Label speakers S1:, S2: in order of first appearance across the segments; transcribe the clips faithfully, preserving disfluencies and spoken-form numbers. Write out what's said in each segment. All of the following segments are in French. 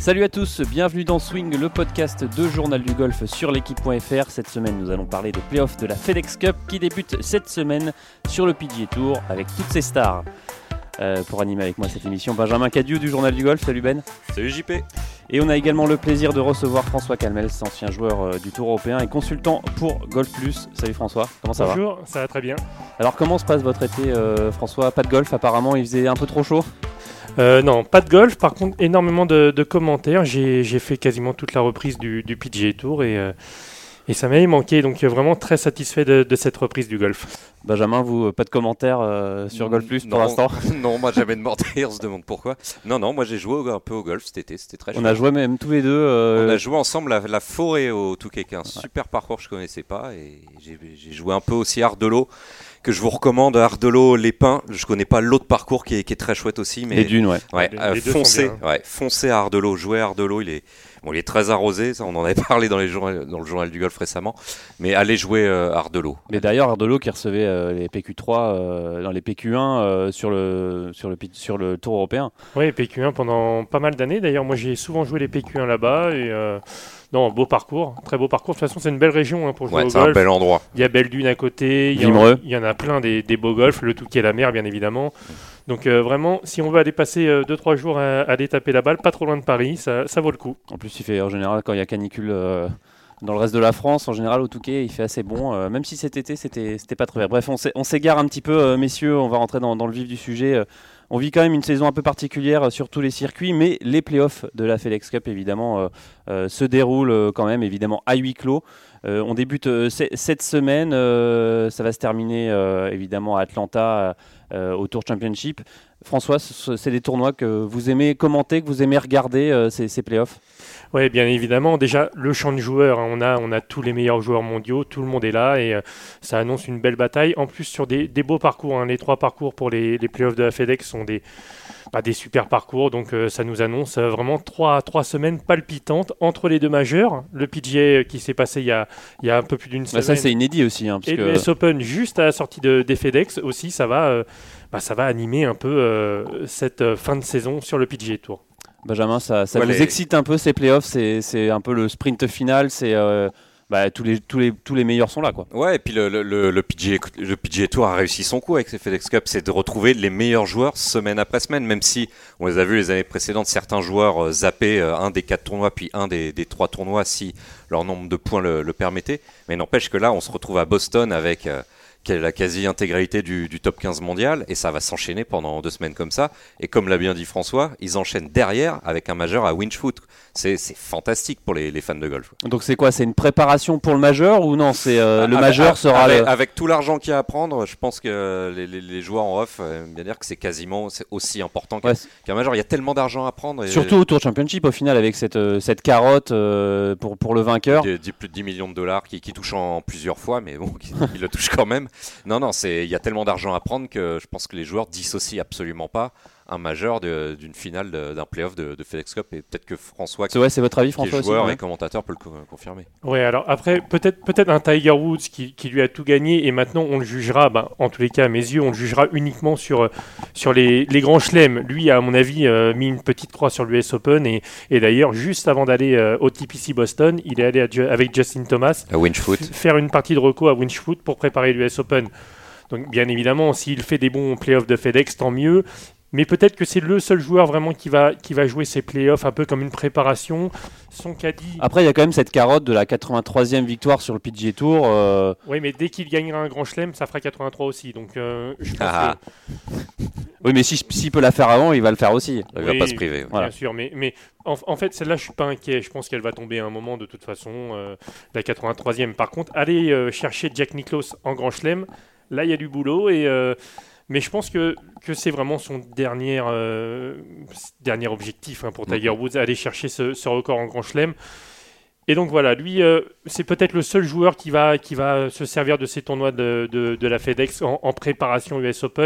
S1: Salut à tous, bienvenue dans Swing, le podcast de Journal du Golf sur l'équipe point F R. Cette semaine, nous allons parler des playoffs de la FedEx Cup qui débutent cette semaine sur le P G A Tour avec toutes ses stars. Euh, pour animer avec moi cette émission, Benjamin Cadieux du Journal du Golf. Salut Ben.
S2: Salut J P.
S1: Et on a également le plaisir de recevoir François Calmels, ancien joueur euh, du Tour européen et consultant pour Golf Plus. Salut François, comment ça
S3: Bonjour,
S1: va ?
S3: Bonjour, ça va très bien.
S1: Alors comment se passe votre été euh, François ? Pas de golf apparemment, il faisait un peu trop chaud ?
S3: Euh, non, pas de golf, par contre énormément de, de commentaires. J'ai, j'ai fait quasiment toute la reprise du, du P G A Tour et, euh, et ça m'avait manqué, donc vraiment très satisfait de, de cette reprise du golf.
S1: Benjamin, vous, pas de commentaires euh, sur Golf Plus pour
S2: non,
S1: l'instant ?
S2: Non, moi jamais demandé, on se demande pourquoi. Non, non, moi j'ai joué un peu au golf cet été, c'était très chouette.
S1: On a joué même tous les deux. Euh...
S2: On a joué ensemble la, la forêt au Touquet, un ouais. super parcours que je connaissais pas, et j'ai, j'ai joué un peu aussi à Ardelot, que je vous recommande, Ardelot, Les Pins. Je connais pas l'autre parcours qui est, qui est très chouette aussi, mais
S1: les dunes, ouais.
S2: Ouais,
S3: les,
S2: euh,
S3: les
S2: foncez, ouais, foncez à Ardelot, jouez à Ardelot, il est Bon, il est très arrosé, ça, on en avait parlé dans, les journal, dans le journal du golf récemment, mais allez jouer euh, à Ardelot.
S1: Mais d'ailleurs, Ardelot qui recevait euh, les P Q trois euh, dans les P Q un euh, sur, le, sur, le, sur le Tour européen.
S3: Oui, P Q un pendant pas mal d'années. D'ailleurs, moi j'ai souvent joué les P Q un là-bas. Et, euh, non, beau parcours, très beau parcours. De toute façon, c'est une belle région hein, pour jouer
S2: ouais,
S3: au
S2: c'est
S3: golf.
S2: C'est un bel endroit.
S3: Il y a Belle-Dune à côté, il y,
S1: en,
S3: il y en a plein des, des beaux golfs, le Touquet-la-Mer bien évidemment. Donc euh, vraiment, si on veut aller passer deux trois euh, jours à, à aller taper la balle, pas trop loin de Paris, ça, ça vaut le coup.
S1: En plus, il fait en général, quand il y a canicule euh, dans le reste de la France, en général au Touquet, il fait assez bon, euh, même si cet été, c'était, c'était pas très bien. Bref, on, on s'égare un petit peu, euh, messieurs, on va rentrer dans, dans le vif du sujet. Euh, on vit quand même une saison un peu particulière euh, sur tous les circuits, mais les playoffs de la FedEx Cup, évidemment, euh, euh, se déroulent euh, quand même, évidemment, à huis clos. Euh, on débute euh, c- cette semaine, euh, ça va se terminer, euh, évidemment, à Atlanta, euh, au Tour Championship. François, c'est des tournois que vous aimez commenter, que vous aimez regarder, euh, ces, ces playoffs ?
S3: Oui, bien évidemment. Déjà, le champ de joueurs, hein, on, a, on a tous les meilleurs joueurs mondiaux, tout le monde est là et euh, ça annonce une belle bataille. En plus, sur des, des beaux parcours, hein, les trois parcours pour les, les playoffs de la FedEx sont des, bah, des super parcours. Donc, euh, ça nous annonce euh, vraiment trois, trois semaines palpitantes entre les deux majeurs. Le P G A qui s'est passé il y a, il y a un peu plus d'une semaine.
S1: Bah ça, c'est inédit aussi. Hein, parce
S3: et
S1: que...
S3: le U S Open juste à la sortie de, des FedEx aussi, ça va, euh, bah, ça va animer un peu euh, cette euh, fin de saison sur le P G A Tour.
S1: Benjamin, ça, ça
S2: ouais,
S1: vous
S2: les...
S1: excite un peu ces playoffs, c'est, c'est un peu le sprint final, c'est euh, bah, tous, les, tous, les, tous les meilleurs sont là, quoi.
S2: Ouais, et puis le, le, le, le, P G A, le P G A Tour a réussi son coup avec ces FedEx Cup, c'est de retrouver les meilleurs joueurs semaine après semaine, même si on les a vus les années précédentes, certains joueurs euh, zapper euh, un des quatre tournois, puis un des, des trois tournois si leur nombre de points le, le permettait. Mais n'empêche que là, on se retrouve à Boston avec... Euh, la quasi-intégralité du, du top quinze mondial, et ça va s'enchaîner pendant deux semaines comme ça, et comme l'a bien dit François, ils enchaînent derrière avec un majeur à Winchfoot. C'est, c'est fantastique pour les, les fans de golf.
S1: Donc c'est quoi, c'est une préparation pour le majeur ou non c'est, euh,
S2: ah,
S1: le
S2: avec,
S1: majeur sera...
S2: Avec,
S1: le...
S2: avec tout l'argent qu'il y a à prendre, je pense que les, les, les joueurs en off aiment bien dire que c'est quasiment c'est aussi important qu'un, ouais. qu'un majeur. Il y a tellement d'argent à prendre. Et...
S1: Surtout au Tour Championship au final avec cette, euh, cette carotte euh, pour, pour le vainqueur.
S2: De, de plus de dix millions de dollars qui, qui touche en, en plusieurs fois, mais bon, il le touche quand même. Non, non, c'est il y a tellement d'argent à prendre que je pense que les joueurs dissocient absolument pas un majeur de, d'une finale de, d'un playoff de, de FedEx Cup, et peut-être que François,
S1: c'est, ouais, c'est votre avis,
S2: qui est
S1: François
S2: joueur
S1: aussi, ouais.
S2: et commentateur, peut le co- confirmer.
S3: Oui, alors après, peut-être, peut-être un Tiger Woods qui, qui lui a tout gagné, et maintenant on le jugera, ben, en tous les cas à mes yeux, on le jugera uniquement sur, sur les, les grands chelems. Lui a à mon avis euh, mis une petite croix sur l'U S Open, et, et d'ailleurs juste avant d'aller euh, au T P C Boston, il est allé à, avec Justin Thomas
S2: à Winchfoot.
S3: f- faire une partie de reco à Winchfoot pour préparer l'U S Open. Donc bien évidemment, s'il fait des bons playoffs de FedEx, tant mieux. Mais peut-être que c'est le seul joueur vraiment qui va, qui va jouer ses playoffs un peu comme une préparation. Son caddie...
S1: Après, il y a quand même cette carotte de la quatre-vingt-troisième victoire sur le P G A Tour. Euh...
S3: Oui, mais dès qu'il gagnera un grand chelem, ça fera quatre-vingt-trois aussi. Donc, euh, je pense
S2: ah.
S3: que...
S1: Oui, mais si, s'il peut la faire avant, il va le faire aussi.
S2: Il
S3: oui,
S2: va pas se priver.
S3: Bien
S1: voilà.
S3: sûr, mais, mais en, en fait, celle-là, je suis pas inquiet. Je pense qu'elle va tomber à un moment de toute façon, euh, la quatre-vingt-troisième. Par contre, aller euh, chercher Jack Nicklaus en grand chelem, là, il y a du boulot et... Euh, Mais je pense que, que c'est vraiment son dernier, euh, dernier objectif hein, pour Tiger Woods, aller chercher ce, ce record en Grand Chelem. Et donc voilà, lui, euh, c'est peut-être le seul joueur qui va, qui va se servir de ces tournois de, de, de la FedEx en, en préparation U S Open.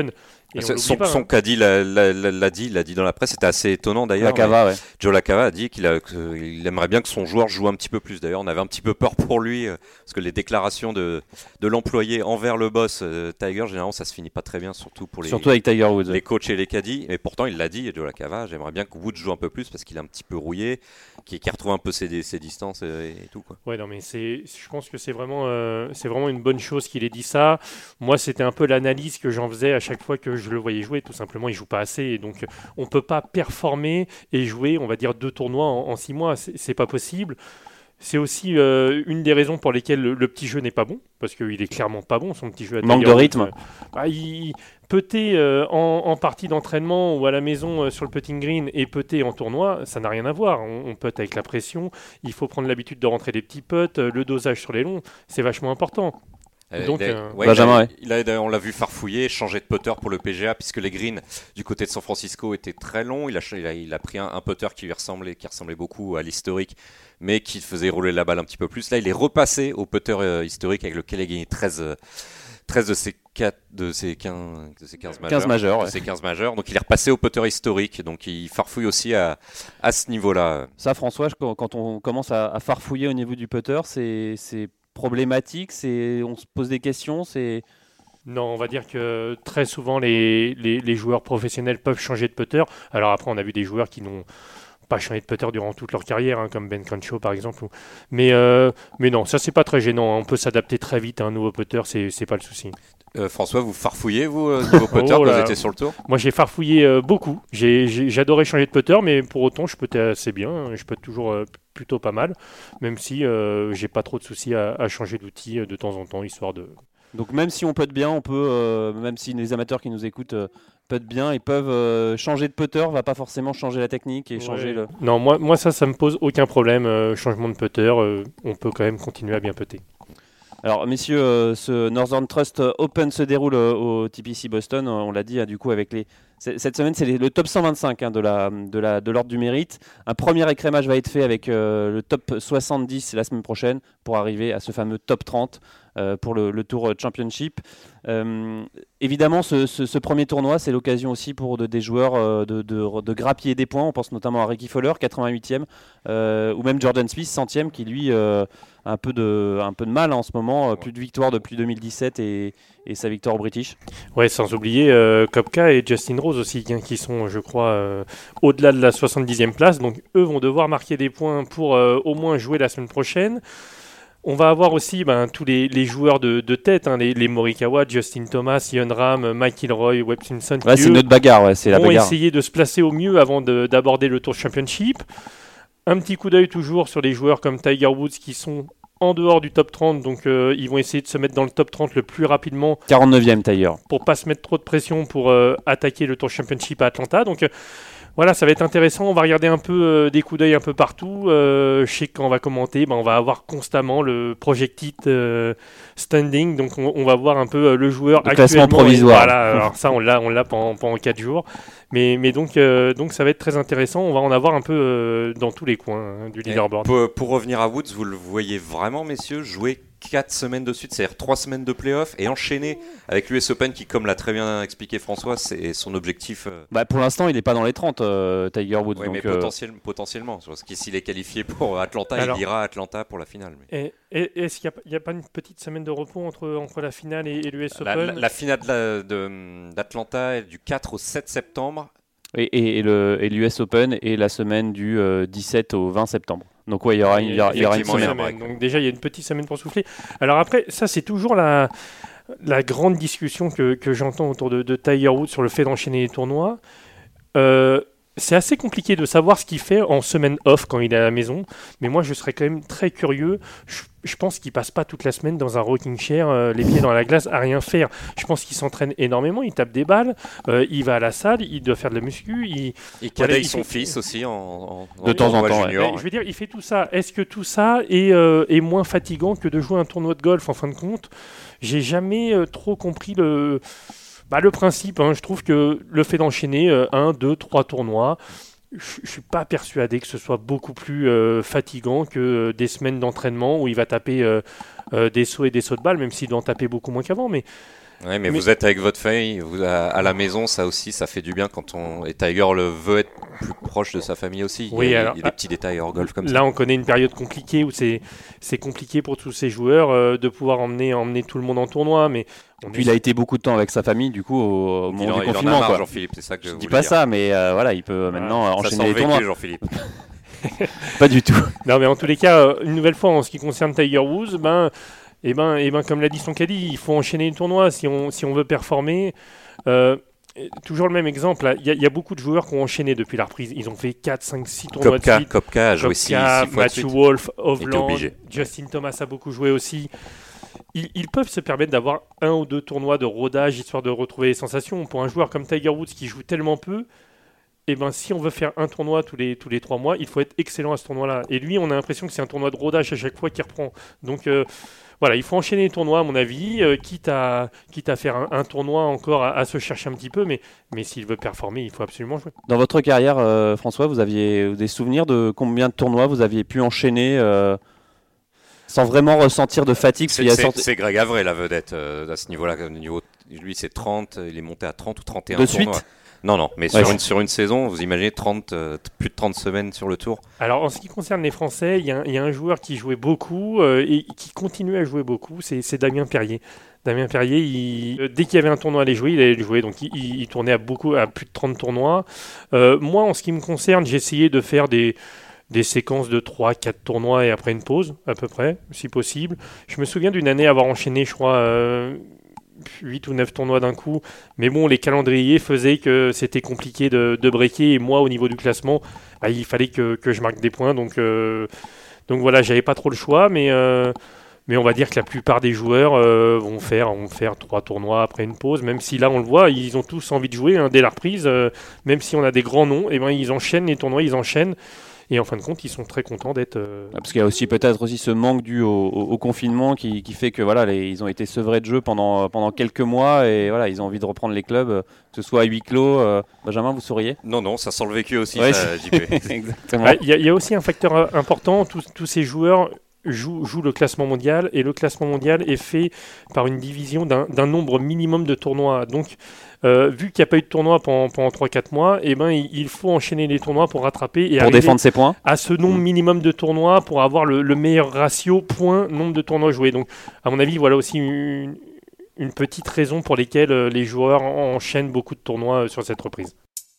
S3: Et
S2: son,
S3: on l'oublie pas,
S2: son
S3: hein.
S2: caddie l'a, l'a, l'a, l'a dit, l'a dit dans la presse, c'était assez étonnant d'ailleurs.
S1: Lacava, ouais.
S2: Joe Lacava a dit qu'il a, qu'il aimerait bien que son joueur joue un petit peu plus. D'ailleurs, on avait un petit peu peur pour lui, euh, parce que les déclarations de, de l'employé envers le boss euh, Tiger, généralement, ça se finit pas très bien, surtout pour les,
S1: Surtout avec Tiger Woods.
S2: les coachs et les caddies. Et pourtant, il l'a dit, Joe Lacava, j'aimerais bien que Woods joue un peu plus, parce qu'il est un petit peu rouillé, qu'il, qu'il retrouve un peu ses, ses distances et, et tout, quoi.
S3: Ouais, non, mais c'est, je pense que c'est vraiment, euh, c'est vraiment une bonne chose qu'il ait dit ça. Moi, c'était un peu l'analyse que j'en faisais à chaque fois que je le voyais jouer. Tout simplement, il joue pas assez, et donc on peut pas performer et jouer, on va dire, deux tournois en, en six mois. C'est, c'est pas possible. C'est aussi euh, une des raisons pour lesquelles le, le petit jeu n'est pas bon, parce qu'il est clairement pas bon, son petit jeu. À
S1: Manque
S3: Tiger
S1: de
S3: Woods.
S1: rythme.
S3: Euh, bah, il peut-être euh, en, en partie d'entraînement ou à la maison euh, sur le putting green et peut-être en tournoi, ça n'a rien à voir. On, on putt avec la pression, il faut prendre l'habitude de rentrer des petits putts, euh, le dosage sur les longs, c'est vachement important.
S2: Euh,
S3: Donc,
S2: il a-
S3: euh,
S2: ouais,
S1: Benjamin,
S2: il a- il a- on l'a vu farfouiller, changer de putter pour le P G A, puisque les greens du côté de San Francisco étaient très longs. Il a, ch- il a, il a pris un, un putter qui lui ressemblait, qui ressemblait beaucoup à l'historique, mais qui faisait rouler la balle un petit peu plus. Là, il est repassé au putter euh, historique avec lequel il a gagné treize, euh, treize de ses quatre, de ses quinze, de ses quinze majeurs.
S1: quinze majeurs,
S2: de
S1: ouais.
S2: ses quinze majeurs. Donc il est repassé au putter historique. Donc il farfouille aussi à, à ce niveau-là.
S1: Ça, François, je- quand quand on commence à, à farfouiller au niveau du putter, c'est, c'est problématique, c'est, on se pose des questions, c'est...
S3: Non, on va dire que très souvent les, les, les joueurs professionnels peuvent changer de putter. Alors après, on a vu des joueurs qui n'ont pas changé de putter durant toute leur carrière, hein, comme Ben Crenshaw par exemple. ou- Mais, euh, mais non, ça c'est pas très gênant, hein. On peut s'adapter très vite à un nouveau putter, c'est, c'est pas le souci.
S2: Euh, François, vous farfouillez, vous, euh, niveau putter,
S3: Oh
S2: quand
S3: là.
S2: vous étiez sur le tour?
S3: Moi j'ai farfouillé euh, beaucoup, j'ai, j'ai, j'adorais changer de putter, mais pour autant je putte assez bien, hein. Je putte toujours euh, plutôt pas mal, même si euh, j'ai pas trop de soucis à, à changer d'outil euh, de temps en temps, histoire de...
S1: Donc même si on putt bien, on peut, euh, même si les amateurs qui nous écoutent euh, puttent bien, ils peuvent euh, changer de putter, va pas forcément changer la technique et changer
S3: Ouais.
S1: le...
S3: Non, moi, moi ça, ça me pose aucun problème, euh, changement de putter, euh, on peut quand même continuer à bien putter.
S1: Alors messieurs, euh, ce Northern Trust Open se déroule euh, au T P C Boston, euh, on l'a dit, hein, du coup avec les... c'est- Cette semaine c'est les- le top cent vingt-cinq hein, de, la, de, la, de l'ordre du mérite. Un premier écrémage va être fait avec euh, le top soixante-dix la semaine prochaine pour arriver à ce fameux top trente euh, pour le, le Tour Championship. Euh, évidemment ce, ce- ce premier tournoi c'est l'occasion aussi pour de- des joueurs euh, de, de, de grappiller des points. On pense notamment à Ricky Fowler, quatre-vingt-huitième, euh, ou même Jordan Smith, centième, qui lui... euh, un peu de, un peu de mal en ce moment, euh, plus de victoires depuis deux mille dix-sept et, et sa victoire au British.
S3: Ouais, sans oublier euh, Kopka et Justin Rose aussi, hein, qui sont, je crois, euh, au-delà de la soixante-dixième place. Donc, eux vont devoir marquer des points pour euh, au moins jouer la semaine prochaine. On va avoir aussi ben, tous les, les joueurs de, de tête, hein, les, les Morikawa, Justin Thomas, Ian Ram, Mike Ilroy, Webb Simpson, qui
S1: Ouais, c'est
S3: eux,
S1: notre bagarre, ouais, c'est la
S3: vont
S1: bagarre.
S3: essayer de se placer au mieux avant de- d'aborder le Tour Championship. Un petit coup d'œil toujours sur les joueurs comme Tiger Woods qui sont en dehors du top trente, donc euh, ils vont essayer de se mettre dans le top trente le plus rapidement
S1: quarante-neuvième Tiger.
S3: pour pas se mettre trop de pression pour euh, attaquer le Tour Championship à Atlanta. Donc euh, voilà, ça va être intéressant. On va regarder un peu euh, des coups d'œil un peu partout. Euh, je sais que quand on va commenter, ben, on va avoir constamment le projected euh, standing. Donc on, on va voir un peu euh, le joueur
S1: Le classement
S3: actuellement.
S1: provisoire.
S3: Et voilà, alors ça on l'a, on l'a pendant, pendant quatre jours. Mais, mais donc, euh, donc ça va être très intéressant. On va en avoir un peu euh, dans tous les coins hein, du
S2: Et
S3: leaderboard.
S2: Pour, pour revenir à Woods, vous le voyez vraiment, messieurs, jouer quatre semaines de suite, c'est-à-dire trois semaines de playoff et enchaîner avec l'U S Open qui, comme l'a très bien expliqué François, c'est son objectif. euh,
S1: Bah, pour l'instant, il n'est pas dans les trente, euh, Tiger Woods.
S2: ouais,
S1: donc,
S2: mais
S1: euh,
S2: potentiel- potentiellement. Parce que s'il est qualifié pour Atlanta,
S3: Alors-
S2: il ira à Atlanta pour la finale. mais-
S3: Et, et- est-ce qu'il n'y a, a pas une petite semaine de repos entre, entre la finale et, et l'U S
S2: La,
S3: Open
S2: la- la finale de la- de- d'Atlanta est du quatre au sept septembre.
S1: et, et, et le, et l'U S Open est la semaine du euh, dix-sept au vingt septembre. Donc ouais, il y aura, il y aura, il y aura une
S2: Effectivement, il y
S1: semaine.
S2: aura-
S3: semaine. Donc déjà, il y a une petite semaine pour souffler. Alors après, ça, c'est toujours la, la grande discussion que, que j'entends autour de, de Tiger Woods sur le fait d'enchaîner les tournois. Euh, c'est assez compliqué de savoir ce qu'il fait en semaine off quand il est à la maison, mais moi je serais quand même très curieux. Je, je pense qu'il passe pas toute la semaine dans un rocking chair, euh, les pieds dans la glace, à rien faire. Je pense qu'il s'entraîne énormément, il tape des balles, euh, il va à la salle, il doit faire de la muscu. Il...
S2: Et
S3: Voilà,
S2: Cadaille
S3: il
S2: son
S3: fait-
S2: fils aussi en, en-
S1: De temps en
S2: tournoi
S1: temps, ouais.
S2: junior.
S3: Mais je veux dire, il fait tout ça. Est-ce que tout ça est, euh, est moins fatigant que de jouer un tournoi de golf en fin de compte? J'ai jamais euh, trop compris le, bah, le principe. Hein. Je trouve que le fait d'enchaîner euh, un, deux, trois tournois, je ne suis pas persuadé que ce soit beaucoup plus euh, fatigant que euh, des semaines d'entraînement où il va taper euh, euh, des sauts et des sauts de balle, même s'il doit en taper beaucoup moins qu'avant. Mais
S2: Ouais, mais,
S3: Mais-
S2: vous êtes avec votre famille, vous à, à la maison, ça aussi, ça fait du bien quand on. Et Tiger le veut être plus proche de sa famille aussi.
S3: Oui,
S2: il y a,
S3: alors,
S2: il y a des petits détails hors golf comme
S3: là,
S2: ça.
S3: on connaît une période compliquée où c'est c'est compliqué pour tous ces joueurs euh, de pouvoir emmener emmener tout le monde en tournoi. Mais on
S1: Puis
S3: est-
S1: il a été beaucoup de temps avec sa famille, du coup, au, au
S2: Il
S1: moment
S2: en,
S1: du
S2: il en a
S1: confinement.
S2: marre,
S1: quoi.
S2: Jean-Philippe, c'est ça que je,
S1: Je dis
S2: voulais
S1: pas
S2: dire.
S1: ça, mais euh, voilà, il peut maintenant euh,
S2: Ça
S1: enchaîner
S2: sent
S1: les
S2: le vécu,
S1: tournois.
S2: Jean-Philippe.
S1: Pas du tout.
S3: Non, mais en tous les cas, euh, une nouvelle fois, en ce qui concerne Tiger Woods, ben, et ben, et ben, comme l'a dit son caddie, il faut enchaîner les tournois si on, si on veut performer. Euh, et toujours le même exemple, là, il y, a- il y a beaucoup de joueurs qui ont enchaîné depuis la reprise. Ils ont fait quatre, cinq, six tournois de
S2: Kopka,
S3: suite.
S2: Kopka a joué six
S3: Kopka,
S2: fois de
S3: Matthew
S2: suite.
S3: Wolff, Hovland,
S2: obligé.
S3: Justin Thomas a beaucoup joué aussi. Ils, ils peuvent se permettre d'avoir un ou deux tournois de rodage histoire de retrouver les sensations. Pour un joueur comme Tiger Woods qui joue tellement peu, et ben, si on veut faire un tournoi tous les, tous les trois mois, il faut être excellent à ce tournoi-là. Et lui, on a l'impression que c'est un tournoi de rodage à chaque fois qu'il reprend. Donc euh, voilà, il faut enchaîner les tournois, à mon avis, euh, quitte, à, quitte à faire un, un tournoi encore à, à se chercher un petit peu. Mais, mais s'il veut performer, il faut absolument jouer.
S1: Dans votre carrière, euh, François, vous aviez des souvenirs de combien de tournois vous aviez pu enchaîner euh, sans vraiment ressentir de fatigue parce
S2: C'est,
S1: qu'il y a
S2: c'est-
S1: sorti-
S2: c'est Greg Avray la vedette euh, à ce niveau-là. au Niveau, lui, c'est trente, il est monté à trente ou trente et un
S1: De
S2: tournois.
S1: suite
S2: Non, non, mais
S1: Ouais.
S2: sur, une, sur une saison, vous imaginez trente, euh, plus de trente semaines sur le tour.
S3: Alors, en ce qui concerne les Français, il y, a un- il y a un joueur qui jouait beaucoup euh, et qui continue à jouer beaucoup, c'est, c'est Damien Perrier. Damien Perrier, il- euh, dès qu'il y avait un tournoi à aller jouer, il allait le jouer. Donc, il, il- il tournait à, beaucoup, à plus de trente tournois. Euh, moi, en ce qui me concerne, j'ai essayé de faire des, des séquences de trois quatre tournois et après une pause, à peu près, si possible. Je me souviens d'une année avoir enchaîné, je crois, euh, huit ou neuf tournois d'un coup. Mais bon, les calendriers faisaient que c'était compliqué de, de breaker. Et moi, au niveau du classement, bah, il fallait que, que je marque des points. Donc, euh, donc voilà, j'avais pas trop le choix. Mais, euh, mais on va dire que la plupart des joueurs euh, vont faire vont faire trois tournois après une pause. Même si là, on le voit, ils ont tous envie de jouer hein, dès la reprise. Euh, même si on a des grands noms, et ben, ils enchaînent les tournois, ils enchaînent. Et en fin de compte, ils sont très contents d'être. euh,
S1: Ah, parce qu'il y a aussi peut-être aussi ce manque dû au, au- au confinement qui, qui fait que voilà, les- ils ont été sevrés de jeu pendant, pendant quelques mois et voilà, ils ont envie de reprendre les clubs, euh, que ce soit à huis clos. euh, Benjamin, vous souriez
S2: Non, non, ça sent le vécu aussi,
S1: Ouais,
S2: ça, J P.
S1: Exactement.
S3: Ah, Il y, a- il y a aussi un facteur euh, important, tous, tous ces joueurs jouent, jouent le classement mondial et le classement mondial est fait par une division d'un d'un nombre minimum de tournois. Donc, euh, vu qu'il n'y a pas eu de tournoi pendant, pendant trois quatre mois, eh ben, il, il faut enchaîner les tournois pour rattraper et
S1: Pour
S3: arriver
S1: défendre ses points.
S3: à ce nombre minimum de tournois pour avoir le, le meilleur ratio point nombre de tournois joués. Donc, à mon avis, voilà aussi une, une petite raison pour lesquelles euh, les joueurs en- enchaînent beaucoup de tournois euh, sur cette reprise.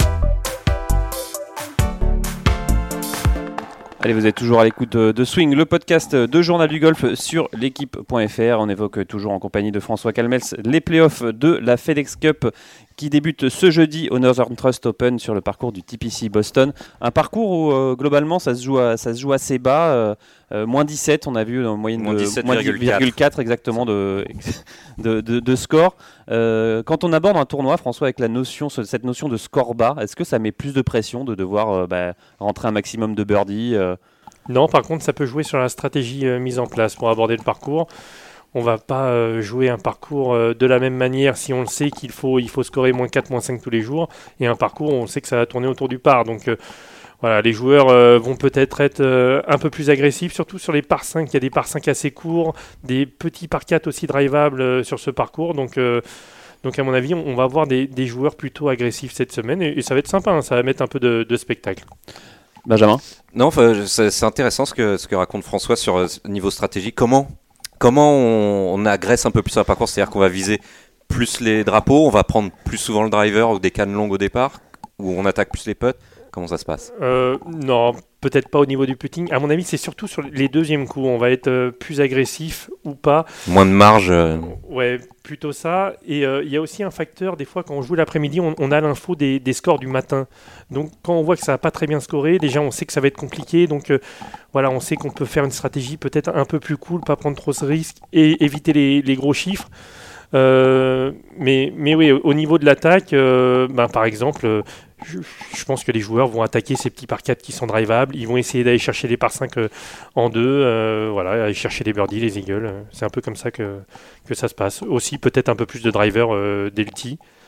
S1: Allez, vous êtes toujours à l'écoute de, de Swing, le podcast de Journal du Golf sur l'équipe point F R. On évoque toujours en compagnie de François Calmels les playoffs de la FedEx Cup qui débute ce jeudi au Northern Trust Open sur le parcours du T P C Boston. Un parcours où euh, globalement ça se joue, à, ça se joue assez bas, euh, euh, moins dix-sept, on a vu en moyenne
S2: Moins
S1: de
S2: dix-sept
S1: moins
S2: virgule
S1: dix virgule quatre exactement de, de, de, de score. Euh, quand on aborde un tournoi, François, avec la notion, cette notion de score bas, est-ce que ça met plus de pression de devoir euh, bah, rentrer un maximum de birdies euh,
S3: Non, par contre, ça peut jouer sur la stratégie euh, mise en place pour aborder le parcours. On va pas euh, jouer un parcours euh, de la même manière si on le sait qu'il faut, il faut scorer moins quatre, moins cinq tous les jours. Et un parcours, on sait que ça va tourner autour du par. Donc euh, voilà, les joueurs euh, vont peut-être être euh, un peu plus agressifs, surtout sur les par cinq. Il y a des par cinq assez courts, des petits par quatre aussi drivables euh, sur ce parcours. Donc, euh, donc à mon avis, on, on va avoir des, des joueurs plutôt agressifs cette semaine. Et, et ça va être sympa, hein, ça va mettre un peu de, de spectacle.
S1: Benjamin?
S2: Non, enfin, c'est, c'est intéressant ce que, ce que raconte François sur euh, niveau stratégie. Comment, comment on, on agresse un peu plus un parcours, c'est-à-dire qu'on va viser plus les drapeaux, on va prendre plus souvent le driver ou des cannes longues au départ, ou on attaque plus les putts. Comment ça se passe?
S3: Euh, non, peut-être pas au niveau du putting. À mon avis, c'est surtout sur les deuxièmes coups. On va être euh, plus agressif ou pas.
S2: Moins de marge. euh,
S3: Ouais, plutôt ça. Et euh, il y a aussi un facteur, des fois, quand on joue l'après-midi, on, on a l'info des, des scores du matin. Donc, quand on voit que ça va pas très bien scorer, déjà, on sait que ça va être compliqué. Donc, euh, voilà, on sait qu'on peut faire une stratégie peut-être un peu plus cool, pas prendre trop de risques et éviter les, les gros chiffres. Euh, mais, mais oui, au niveau de l'attaque, euh, ben, par exemple, euh, je, je pense que les joueurs vont attaquer ces petits par quatre qui sont drivables. Ils vont essayer d'aller chercher les par cinq euh, en deux, euh, voilà, aller chercher les birdies, les eagles. Euh, C'est un peu comme ça que, que ça se passe. Aussi, peut-être un peu plus de driver euh, dès le tee.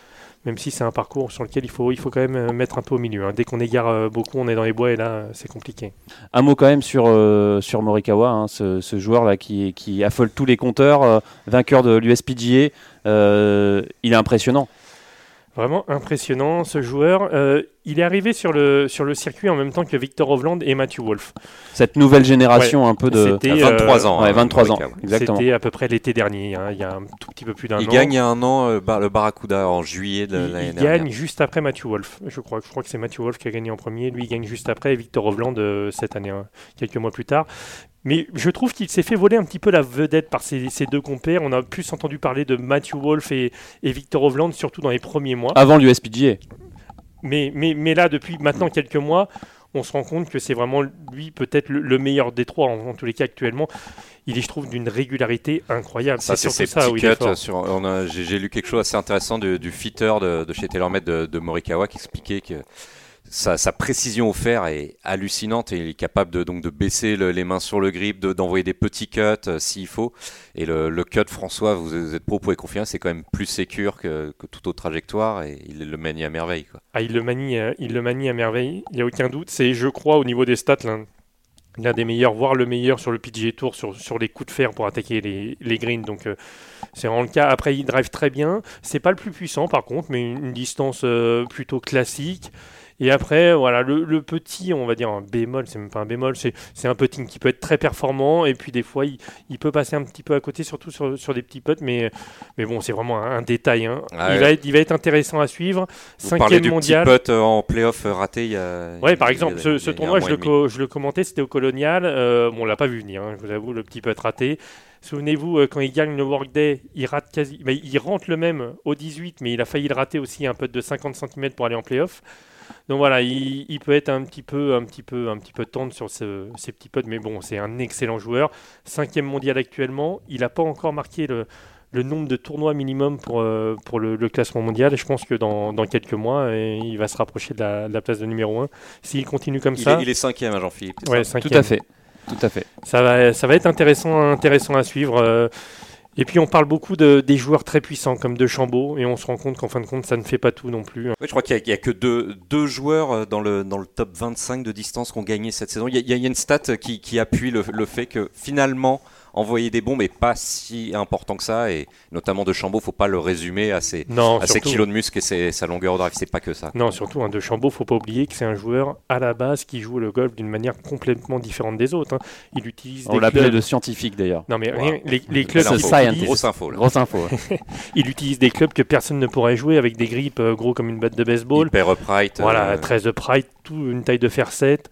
S3: même si c'est un parcours sur lequel il faut, il faut quand même mettre un peu au milieu. Hein. Dès qu'on égare beaucoup, on est dans les bois et là, c'est compliqué.
S1: Un mot quand même sur, euh, sur Morikawa, hein, ce, ce joueur-là qui, qui affole tous les compteurs, euh, vainqueur de l'U S P G A. Euh, il est impressionnant.
S3: Vraiment impressionnant ce joueur. Euh, il est arrivé sur le, sur le circuit en même temps que Victor Hovland et Matthew Wolff.
S1: Cette nouvelle génération ouais, un peu de...
S3: C'était
S2: vingt-trois ans.
S1: Ouais,
S2: hein,
S1: vingt-trois ans, exactement.
S3: C'était à peu près l'été dernier, hein, il y a un tout petit peu plus d'un
S2: il
S3: an.
S2: Il gagne il y a un an euh, bar, le Barracuda en juillet de
S3: il,
S2: l'année
S3: il
S2: dernière.
S3: Il gagne juste après Matthew Wolff, je crois. Je crois que c'est Matthew Wolff qui a gagné en premier. Lui, il gagne juste après et Victor Hovland euh, cette année, hein, quelques mois plus tard. Mais je trouve qu'il s'est fait voler un petit peu la vedette par ces, ces deux compères. On a plus entendu parler de Matthew Wolff et, et Victor Hovland, surtout dans les premiers mois.
S1: Avant l'U S P G A.
S3: Mais, mais, mais là, depuis maintenant quelques mois, on se rend compte que c'est vraiment lui peut-être le, le meilleur des trois, en, en tous les cas actuellement. Il est, je trouve, d'une régularité incroyable.
S2: Ça, c'est, c'est surtout ça où il est fort. Sur, on a, j'ai, j'ai lu quelque chose assez intéressant du, du fitter de, de chez TaylorMade de, de Morikawa qui expliquait que Sa, sa précision au fer est hallucinante et il est capable de, donc, de baisser le, les mains sur le grip, de, d'envoyer des petits cuts euh, s'il faut. Et le, le cut, François, vous, vous êtes pro, vous pouvez confirmer, c'est quand même plus sécure que, que toute autre trajectoire et il le manie à merveille. Quoi.
S3: Ah, il le manie, euh, il le manie à merveille, il n'y a aucun doute. C'est, je crois, au niveau des stats, l'un, l'un des meilleurs, voire le meilleur sur le P G A Tour, sur, sur les coups de fer pour attaquer les, les greens. Donc, euh, c'est vraiment le cas. Après, il drive très bien. C'est pas le plus puissant, par contre, mais une, une distance euh, plutôt classique. Et après, voilà, le, le petit, on va dire un bémol, c'est même pas un bémol, c'est, c'est un putting qui peut être très performant, et puis des fois, il, il peut passer un petit peu à côté, surtout sur, sur des petits putts, mais, mais bon, c'est vraiment un, un détail. Hein.
S2: Ah,
S3: il,
S2: ouais.
S3: va être, il va être intéressant à suivre.
S2: Vous
S3: Cinquième
S2: parlez du
S3: mondial.
S2: petit putt en playoff raté il y a...
S3: Ouais, par exemple,
S2: il y a,
S3: ce, ce
S2: il y a
S3: tournoi, je le, co-
S2: demi.
S3: je le commentais, c'était au Colonial. Euh, bon, on l'a pas vu venir, hein, je vous avoue, le petit putt raté. Souvenez-vous, euh, quand il gagne le Workday, il rate quasi, bah, il rentre le même au dix-huit, mais il a failli le rater aussi, un putt de cinquante centimètres pour aller en playoff. Donc voilà, il, il peut être un petit peu, un petit peu, un petit peu tendre sur ce, ces petits putts, mais bon, c'est un excellent joueur. Cinquième mondial actuellement, il n'a pas encore marqué le, le nombre de tournois minimum pour, euh, pour le, le classement mondial. Et je pense que dans, dans quelques mois, et il va se rapprocher de la, de la place de numéro un. S'il continue comme
S2: il
S3: ça...
S2: Est, il est cinquième, hein, Jean-Philippe.
S3: Ouais, cinquième.
S1: Tout à fait. Tout à fait.
S3: Ça va, ça va être intéressant, intéressant à suivre. Euh, Et puis on parle beaucoup de, des joueurs très puissants comme De Chambeau et on se rend compte qu'en fin de compte ça ne fait pas tout non plus.
S2: Oui, je crois qu'il n'y a, a que deux, deux joueurs dans le, dans le top vingt-cinq de distance qui ont gagné cette saison. Il y a, il y a une stat qui, qui appuie le, le fait que finalement envoyer des bombes n'est pas si important que ça et notamment De Chambeau, il ne faut pas le résumer à ses,
S3: non,
S2: à ses kilos de muscle et ses, sa longueur de drive, c'est pas que ça.
S3: Non, surtout hein, De Chambeau, il ne faut pas oublier que c'est un joueur à la base qui joue le golf d'une manière complètement différente des autres. Hein. Il utilise
S1: On
S3: des
S1: l'appelait
S3: clubs...
S1: de scientifique d'ailleurs.
S3: Non mais
S2: wow.
S3: rien, les, les clubs
S2: info.
S3: utilise...
S2: Grosse info. Là.
S1: Grosse info. Ouais.
S3: Il utilise des clubs que personne ne pourrait jouer avec des grips euh, gros comme une batte de baseball.
S2: Hyper upright.
S3: Voilà,
S2: euh...
S3: treize upright, tout, une taille de fer sept.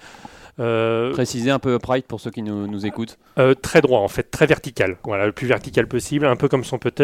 S1: Euh, Préciser un peu upright pour ceux qui nous, nous écoutent.
S3: Euh, très droit en fait, très vertical. Voilà, le plus vertical possible, un peu comme son putter.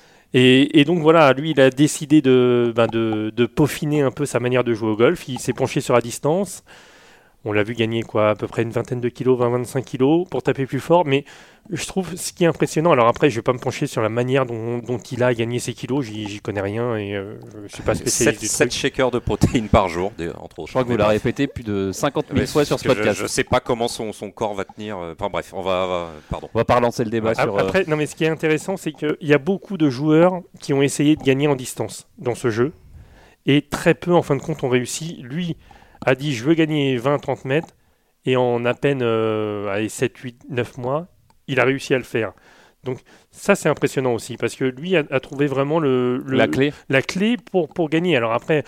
S3: Et, et donc voilà, lui il a décidé de, ben de, de peaufiner un peu sa manière de jouer au golf. Il s'est penché sur la distance. On l'a vu gagner quoi, à peu près une vingtaine de kilos, vingt à vingt-cinq kilos pour taper plus fort. Mais je trouve ce qui est impressionnant, alors après je ne vais pas me pencher sur la manière dont, dont il a gagné ses kilos, j'y, j'y connais rien et euh, je ne suis pas spécialiste du truc.
S2: sept shakers de protéines par jour, entre autres.
S1: Je crois que vous l'avez répété plus de cinquante mille fois sur ce podcast.
S2: Je ne sais pas comment son, son corps va tenir. Enfin bref, on va, va, pardon.
S1: On va pas relancer le débat
S3: ouais,
S1: sur...
S3: Après, non mais ce qui est intéressant, c'est qu'il y a beaucoup de joueurs qui ont essayé de gagner en distance dans ce jeu et très peu en fin de compte ont réussi. Lui a dit je veux gagner vingt à trente mètres. Et en à peine euh, sept, huit, neuf mois, il a réussi à le faire. Donc ça, c'est impressionnant aussi, parce que lui a, a trouvé vraiment le, le,
S1: la clé,
S3: la clé pour, pour gagner. Alors après,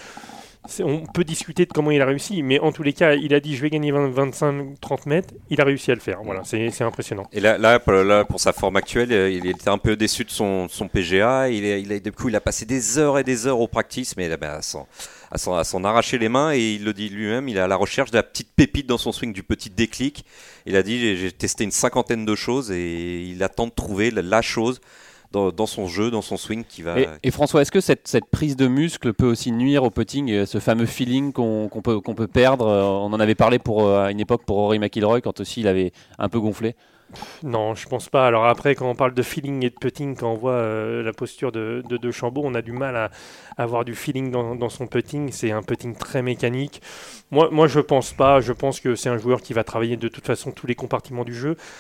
S3: on peut discuter de comment il a réussi, mais en tous les cas, il a dit je vais gagner vingt, vingt-cinq, trente mètres, il a réussi à le faire. Voilà, c'est, c'est impressionnant.
S2: Et là, là, pour, là, pour sa forme actuelle, il était un peu déçu de son, son P G A. Il, est, il a, du coup, il a passé des heures et des heures au practice, mais bah, sans, à, s'en, à s'en arracher les mains. Et il le dit lui-même, il est à la recherche de la petite pépite dans son swing, du petit déclic. Il a dit j'ai, j'ai testé une cinquantaine de choses et il attend de trouver la, la chose Dans, dans son jeu, dans son swing qui va...
S1: Et, et François, est-ce que cette, cette prise de muscle peut aussi nuire au putting, ce fameux feeling qu'on, qu'on, peut, qu'on peut perdre? On en avait parlé pour, à une époque pour Rory McIlroy quand aussi il avait un peu gonflé.
S3: Non, je pense pas. Alors après, quand on parle de feeling et de putting, quand on voit euh, la posture de, de De Chambeau, on a du mal à, à avoir du feeling dans, dans son putting. C'est un putting très mécanique. Moi, moi, je pense pas. Je pense que c'est un joueur qui va travailler de toute façon tous les compartiments du jeu.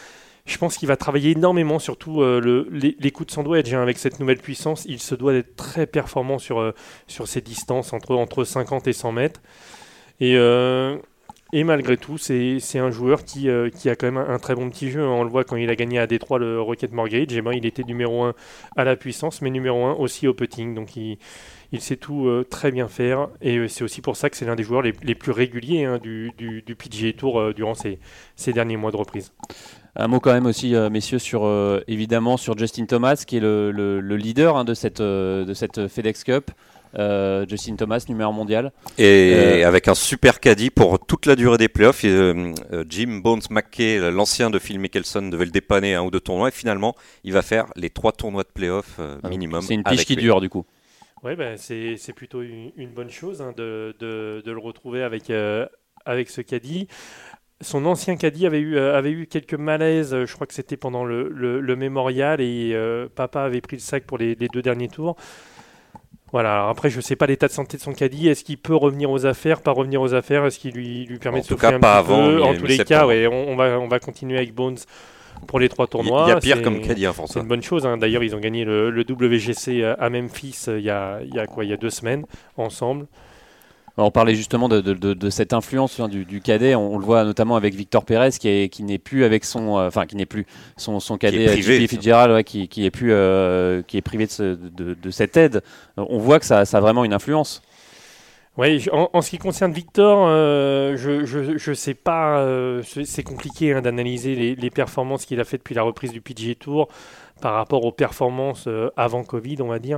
S3: Je pense qu'il va travailler énormément, surtout euh, le, les, les coups de sandwich hein, avec cette nouvelle puissance. Il se doit d'être très performant sur, euh, sur ces distances entre, entre cinquante et cent mètres. Et, euh, et malgré tout, c'est, c'est un joueur qui, euh, qui a quand même un, un très bon petit jeu. On le voit quand il a gagné à Détroit le Rocket Mortgage. Et ben, il était numéro un à la puissance, mais numéro un aussi au putting. Donc il, il sait tout euh, très bien faire. Et euh, c'est aussi pour ça que c'est l'un des joueurs les, les plus réguliers hein, du, du, du P G A Tour euh, durant ces, ces derniers mois de reprise.
S1: Un mot quand même aussi, euh, messieurs, sur euh, évidemment sur Justin Thomas, qui est le, le, le leader hein, de, cette, euh, de cette FedEx Cup. Euh, Justin Thomas, numéro mondial.
S2: Et
S1: euh,
S2: avec un super caddie pour toute la durée des playoffs. Et, euh, Jim Bones McKay, l'ancien de Phil Mickelson, devait le dépanner un ou deux tournois. Et finalement, il va faire les trois tournois de playoffs euh, minimum.
S1: C'est une pige qui dure du coup.
S3: Oui, ben, c'est, c'est plutôt une, une bonne chose hein, de, de, de le retrouver avec, euh, avec ce caddie. Son ancien caddie avait eu, euh, avait eu quelques malaises, je crois que c'était pendant le, le, le mémorial, et euh, papa avait pris le sac pour les, les deux derniers tours. Voilà, alors après je ne sais pas l'état de santé de son caddie, est-ce qu'il peut revenir aux affaires, pas revenir aux affaires, est-ce qu'il lui, lui permet
S2: en
S3: de
S2: tout
S3: souffler
S2: cas,
S3: un
S2: pas
S3: petit
S2: avant,
S3: peu.
S2: mais,
S3: En tous les cas, ouais, on, on, va, on va continuer avec Bones pour les trois tournois.
S2: Il y a pire
S3: c'est,
S2: comme caddie, hein,
S3: c'est
S2: François.
S3: une bonne chose, hein. D'ailleurs ils ont gagné le, le W G C à Memphis euh, il y a, il y a quoi, il y a deux semaines ensemble.
S1: On parlait justement de, de, de, de cette influence hein, du, du cadet. On, on le voit notamment avec Victor Pérez qui, est, qui n'est plus avec son, enfin euh, qui n'est plus son, son cadet
S2: J P
S1: Fitzgerald, ouais, qui, qui est plus, euh, qui est privé de, ce, de, de cette aide. On voit que ça, ça a vraiment une influence.
S3: Oui, en, en ce qui concerne Victor, euh, je, je, je sais pas, euh, c'est, c'est compliqué hein, d'analyser les, les performances qu'il a fait depuis la reprise du P G A Tour par rapport aux performances euh, avant Covid, on va dire.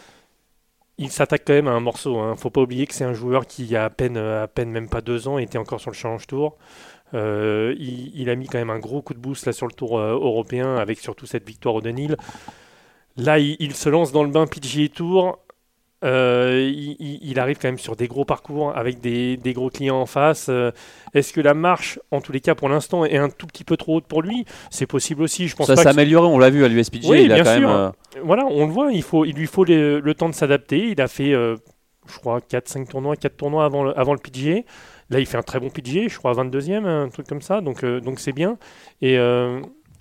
S3: Il s'attaque quand même à un morceau. Hein. Faut pas oublier que c'est un joueur qui, il y a à peine, à peine même pas deux ans, était encore sur le Challenge Tour. Euh, il, il a mis quand même un gros coup de boost là sur le Tour euh, européen avec surtout cette victoire au Dunhill. Là, il, il se lance dans le bain P G A Tour. Euh, il, il, il arrive quand même sur des gros parcours avec des, des gros clients en face. Euh, est-ce que la marche, en tous les cas pour l'instant, est un tout petit peu trop haute pour lui ? C'est possible aussi. Je pense
S1: ça
S3: pas
S1: s'améliorer, on l'a vu à l'U S P G.
S3: Oui,
S1: il a
S3: bien
S1: quand
S3: sûr.
S1: même. Euh...
S3: Voilà, on le voit. Il, faut, il lui faut les, le temps de s'adapter. Il a fait, euh, je crois, quatre cinq tournois, quatre tournois avant le, avant le P G A. Là, il fait un très bon P G A, je crois, vingt-deuxième, un truc comme ça. Donc, euh, donc c'est bien. Et. Euh,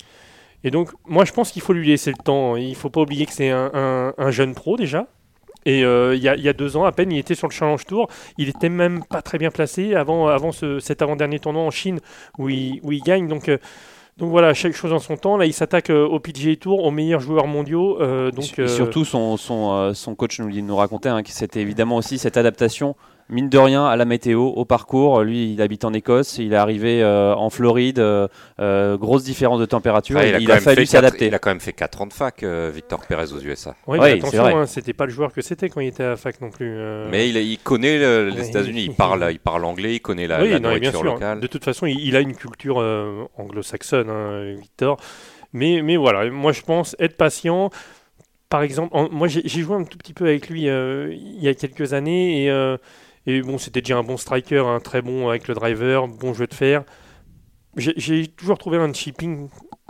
S3: Et donc, moi, je pense qu'il faut lui laisser le temps. Il ne faut pas oublier que c'est un, un, un jeune pro déjà. Et euh, il y, y a deux ans à peine, il était sur le Challenge Tour. Il était même pas très bien placé avant, avant ce, cet avant-dernier tournoi en Chine où il, où il gagne. Donc, euh, donc voilà, chaque chose en son temps. Là, il s'attaque euh, au P G A Tour, aux meilleurs joueurs mondiaux. Euh, donc,
S1: et
S3: euh...
S1: surtout, son, son, euh, son coach nous, nous racontait hein, que c'était évidemment aussi cette adaptation. Mine de rien, à la météo, au parcours. Lui, il habite en Écosse, il est arrivé euh, en Floride, euh, euh, grosse différence de température. Ah,
S2: il a,
S1: il a fallu s'adapter.
S2: Il a quand même fait quatre ans de fac, euh, Victor Pérez aux U S A.
S3: Oui, mais oui, attention, hein, c'était pas le joueur que c'était quand il était à la fac non plus. Euh...
S2: Mais il, il connaît le, les États-Unis, il parle, il parle anglais, il connaît la,
S3: oui,
S2: la
S3: non,
S2: nourriture
S3: bien sûr.
S2: locale.
S3: De toute façon, il, il a une culture euh, anglo-saxonne, hein, Victor. Mais, mais voilà, moi je pense être patient. Par exemple, en, moi j'ai, j'ai joué un tout petit peu avec lui euh, il y a quelques années et. Euh, Et bon, c'était déjà un bon striker, hein, très bon avec le driver, bon jeu de fer. J'ai, j'ai toujours trouvé un chipping,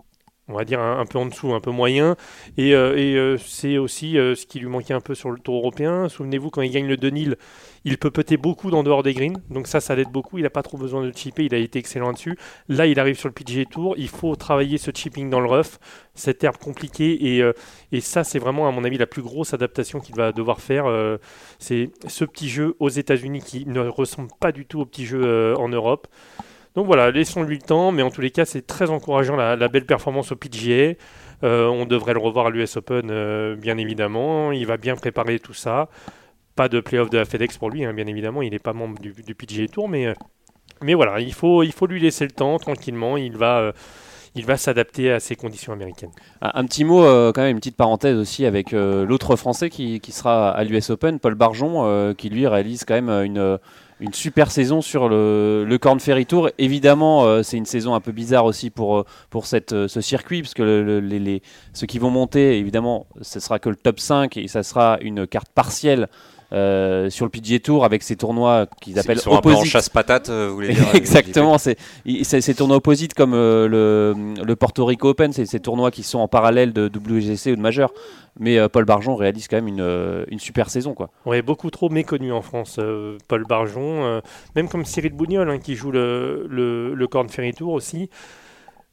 S3: on va dire, un, un peu en dessous, un peu moyen. Et, euh, et euh, c'est aussi euh, ce qui lui manquait un peu sur le Tour européen. Souvenez-vous, quand il gagne le Dunhill, il peut putter beaucoup dans dehors des greens. Donc ça, ça l'aide beaucoup. Il n'a pas trop besoin de chipper. Il a été excellent là-dessus. Là, il arrive sur le P G A Tour. Il faut travailler ce chipping dans le rough, cette herbe compliquée. Et, euh, et ça, c'est vraiment, à mon avis, la plus grosse adaptation qu'il va devoir faire. Euh, c'est ce petit jeu aux États-Unis qui ne ressemble pas du tout au petit jeu euh, en Europe. Donc voilà, laissons-lui le temps. Mais en tous les cas, c'est très encourageant la, la belle performance au P G A. Euh, on devrait le revoir à l'U S Open, euh, bien évidemment. Il va bien préparer tout ça. Pas de play-off de la FedEx pour lui, hein, bien évidemment. Il n'est pas membre du, du P G A Tour, mais, mais voilà, il faut, il faut lui laisser le temps, tranquillement. Il va, euh, il va s'adapter à ces conditions américaines.
S1: Un, un petit mot, euh, quand même, une petite parenthèse aussi avec euh, l'autre Français qui, qui sera à l'U S Open, Paul Barjon, euh, qui lui réalise quand même une, une super saison sur le, le Korn Ferry Tour. Évidemment, euh, c'est une saison un peu bizarre aussi pour, pour cette, ce circuit, parce que le, le, les, les, ceux qui vont monter, évidemment, ce sera que le top cinq et ça sera une carte partielle. Euh, sur le P G A Tour avec ces tournois qu'ils appellent
S2: opposite. Ils sont
S1: opposite.
S2: un peu en chasse-patate, euh, vous voulez dire.
S1: Exactement, c'est, c'est ces tournois opposites comme euh, le, le Porto Rico Open, c'est ces tournois qui sont en parallèle de W G C ou de Majeur. Mais euh, Paul Barjon réalise quand même une, euh, une super saison, quoi.
S3: Ouais, beaucoup trop méconnu en France, euh, Paul Barjon. Euh, même comme Cyril Bougnol, hein, qui joue le, le, le Korn Ferry Tour aussi.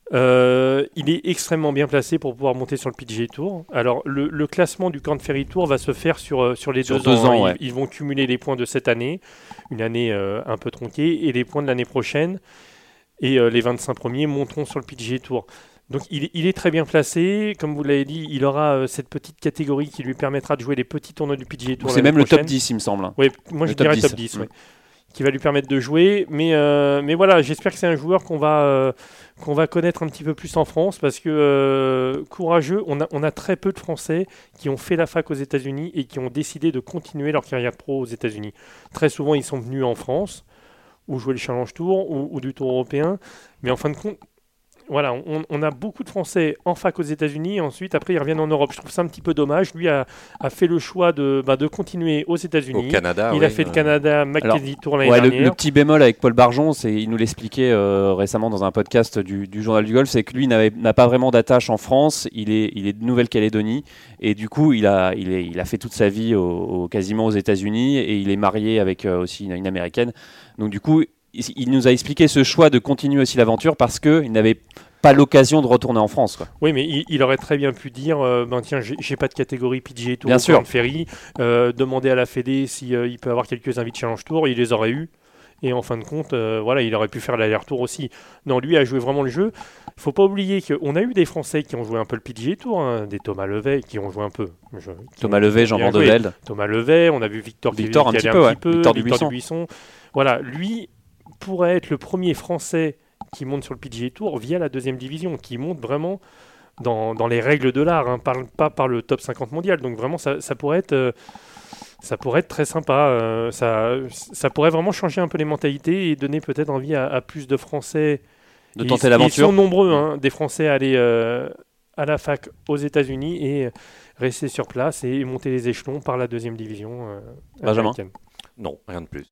S3: Euh, il est extrêmement bien placé pour pouvoir monter sur le P G A Tour. Alors, le, le classement du Korn Ferry Tour va se faire sur, euh, sur les
S1: sur
S3: deux,
S1: deux
S3: ans.
S1: ans ouais.
S3: ils, ils vont cumuler les points de cette année, une année euh, un peu tronquée, et les points de l'année prochaine. Et euh, les vingt-cinq premiers monteront sur le P G A Tour. Donc, il, il est très bien placé. Comme vous l'avez dit, il aura euh, cette petite catégorie qui lui permettra de jouer les petits tournois du P G A Tour.
S1: C'est même le top dix, il me semble.
S3: Oui, moi
S1: le
S3: je
S1: top
S3: dirais
S1: dix.
S3: top dix,
S1: Mmh.
S3: ouais. Qui va lui permettre de jouer. Mais, euh, mais voilà, j'espère que c'est un joueur qu'on va, euh, qu'on va connaître un petit peu plus en France parce que euh, courageux, on a, on a très peu de Français qui ont fait la fac aux États-Unis et qui ont décidé de continuer leur carrière pro aux États-Unis. Très souvent, ils sont venus en France ou jouer le Challenge Tour ou, ou du Tour européen. Mais en fin de compte, voilà, on, on a beaucoup de Français en fac aux États-Unis et ensuite, après, ils reviennent en Europe. Je trouve ça un petit peu dommage. Lui a, a fait le choix de, bah, de continuer aux États-Unis.
S2: Au Canada,
S3: il
S2: oui,
S3: a fait
S2: euh...
S3: le Canada, Mackenzie Tour l'année
S1: ouais,
S3: dernière.
S1: Le, le petit bémol avec Paul Barjon, c'est, il nous l'expliquait euh, récemment dans un podcast du, du Journal du Golf, c'est que lui n'avait, n'a pas vraiment d'attache en France. Il est, il est de Nouvelle-Calédonie et du coup, il a, il est, il a fait toute sa vie au, au, quasiment aux États-Unis et il est marié avec euh, aussi une, une américaine. Donc du coup, il, il nous a expliqué ce choix de continuer aussi l'aventure parce que il n'avait pas l'occasion de retourner en France, quoi.
S3: Oui, mais il, il aurait très bien pu dire euh, ben tiens, j'ai, j'ai pas de catégorie P G A Tour
S1: bien
S3: ou
S1: sûr.
S3: Korn Ferry, euh, demander à la Fédé si euh, il peut avoir quelques invités Challenge Tour, il les aurait eu. Et en fin de compte, euh, voilà, il aurait pu faire l'aller-retour aussi. Non, lui a joué vraiment le jeu. Il faut pas oublier qu'on a eu des Français qui ont joué un peu le P G A Tour, hein, des Thomas Levet qui ont joué un peu. Je,
S1: Thomas Levet, Jean Van de Velde.
S3: Thomas Levet, on a vu Victor,
S1: Victor
S3: qui,
S1: un,
S3: qui
S1: petit
S3: allait
S1: peu,
S3: un
S1: ouais.
S3: petit peu,
S1: Victor,
S3: Victor
S1: Dubuisson.
S3: Dubuisson. Voilà, lui pourrait être le premier Français qui monte sur le P G A Tour via la deuxième division, qui monte vraiment dans, dans les règles de l'art, hein, par, pas par le top cinquante mondial. Donc vraiment, ça, ça pourrait être... Euh, Ça pourrait être très sympa, euh, ça, ça pourrait vraiment changer un peu les mentalités et donner peut-être envie à, à plus de Français
S1: de
S3: ils,
S1: tenter l'aventure.
S3: Ils sont nombreux, hein, des Français à aller euh, à la fac aux États-Unis et rester sur place et monter les échelons par la deuxième division euh,
S1: Benjamin.
S3: américaine.
S2: Non, rien de plus.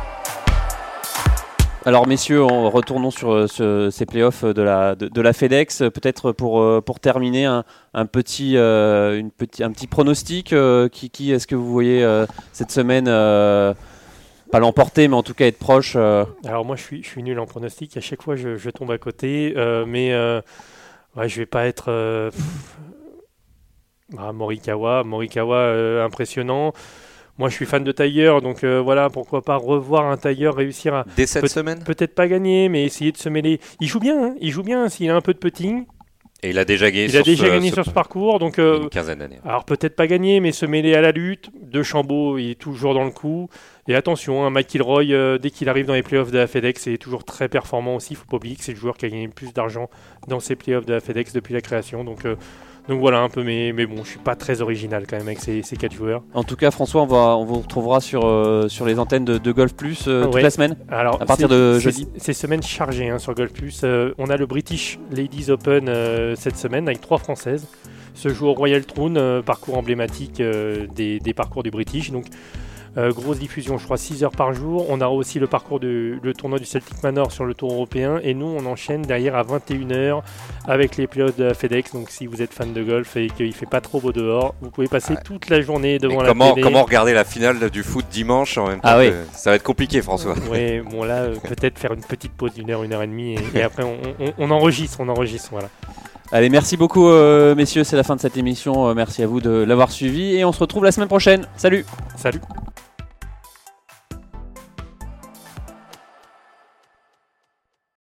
S1: Alors messieurs, on, retournons sur ce, ces playoffs de la, de, de la FedEx. Peut-être pour, pour terminer, un, un, petit, euh, une petit, un petit pronostic. Euh, qui, qui est-ce que vous voyez euh, cette semaine euh, pas l'emporter, mais en tout cas être proche euh...
S3: Alors moi, je suis, je suis nul en pronostic. À chaque fois, je, je tombe à côté. Euh, mais euh, ouais, je vais pas être... Euh, bah, Morikawa, Morikawa euh, impressionnant. Moi, je suis fan de Tiger, donc euh, voilà, pourquoi pas revoir un Tiger réussir à...
S2: Dès cette
S3: peut-
S2: semaine
S3: Peut-être pas gagner, mais essayer de se mêler. Il joue bien, hein, il joue bien s'il a un peu de putting.
S2: Et il a déjà gagné
S3: Il
S2: sur
S3: a déjà
S2: ce,
S3: gagné
S2: ce-
S3: sur ce parcours, donc... euh,
S2: une quinzaine d'années.
S3: alors peut-être pas gagner, mais se mêler à la lutte. De Chambaud, il est toujours dans le coup. Et attention, hein, McIlroy, euh, dès qu'il arrive dans les playoffs de la FedEx, il est toujours très performant aussi. Il ne faut pas oublier que c'est le joueur qui a gagné le plus d'argent dans ces playoffs de la FedEx depuis la création. Donc, euh, donc voilà un peu, mais, mais bon, je suis pas très original quand même avec ces, ces quatre joueurs.
S1: En tout cas, François, on, va, on vous retrouvera sur, euh, sur les antennes de, de Golf Plus euh, toute
S3: Ouais.
S1: la semaine.
S3: Alors,
S1: À partir
S3: c'est-
S1: de
S3: c'est-
S1: jeudi.
S3: C'est semaine chargée hein, sur Golf Plus. Euh, on a le British Ladies Open euh, cette semaine avec trois Françaises. Se joue au Royal Troon, euh, parcours emblématique euh, des, des parcours du British. Donc, euh, grosse diffusion, je crois, six heures par jour. On a aussi le parcours du le tournoi du Celtic Manor sur le Tour européen. Et nous, on enchaîne derrière à vingt et une heures avec les playoffs de la FedEx. Donc, si vous êtes fan de golf et qu'il ne fait pas trop beau dehors, vous pouvez passer
S2: Ouais.
S3: toute la journée
S2: Mais
S3: devant la
S2: comment,
S3: télé.
S2: comment regarder la finale du foot dimanche en même temps
S1: Ah oui.
S2: que- Ça va être compliqué, François.
S3: Oui, bon là, euh, peut-être faire une petite pause d'une heure, une heure et demie, et, et après on, on- on enregistre, on enregistre, voilà.
S1: Allez, merci beaucoup, euh, messieurs. C'est la fin de cette émission. Euh, merci à vous de l'avoir suivi et on se retrouve la semaine prochaine. Salut!
S3: Salut.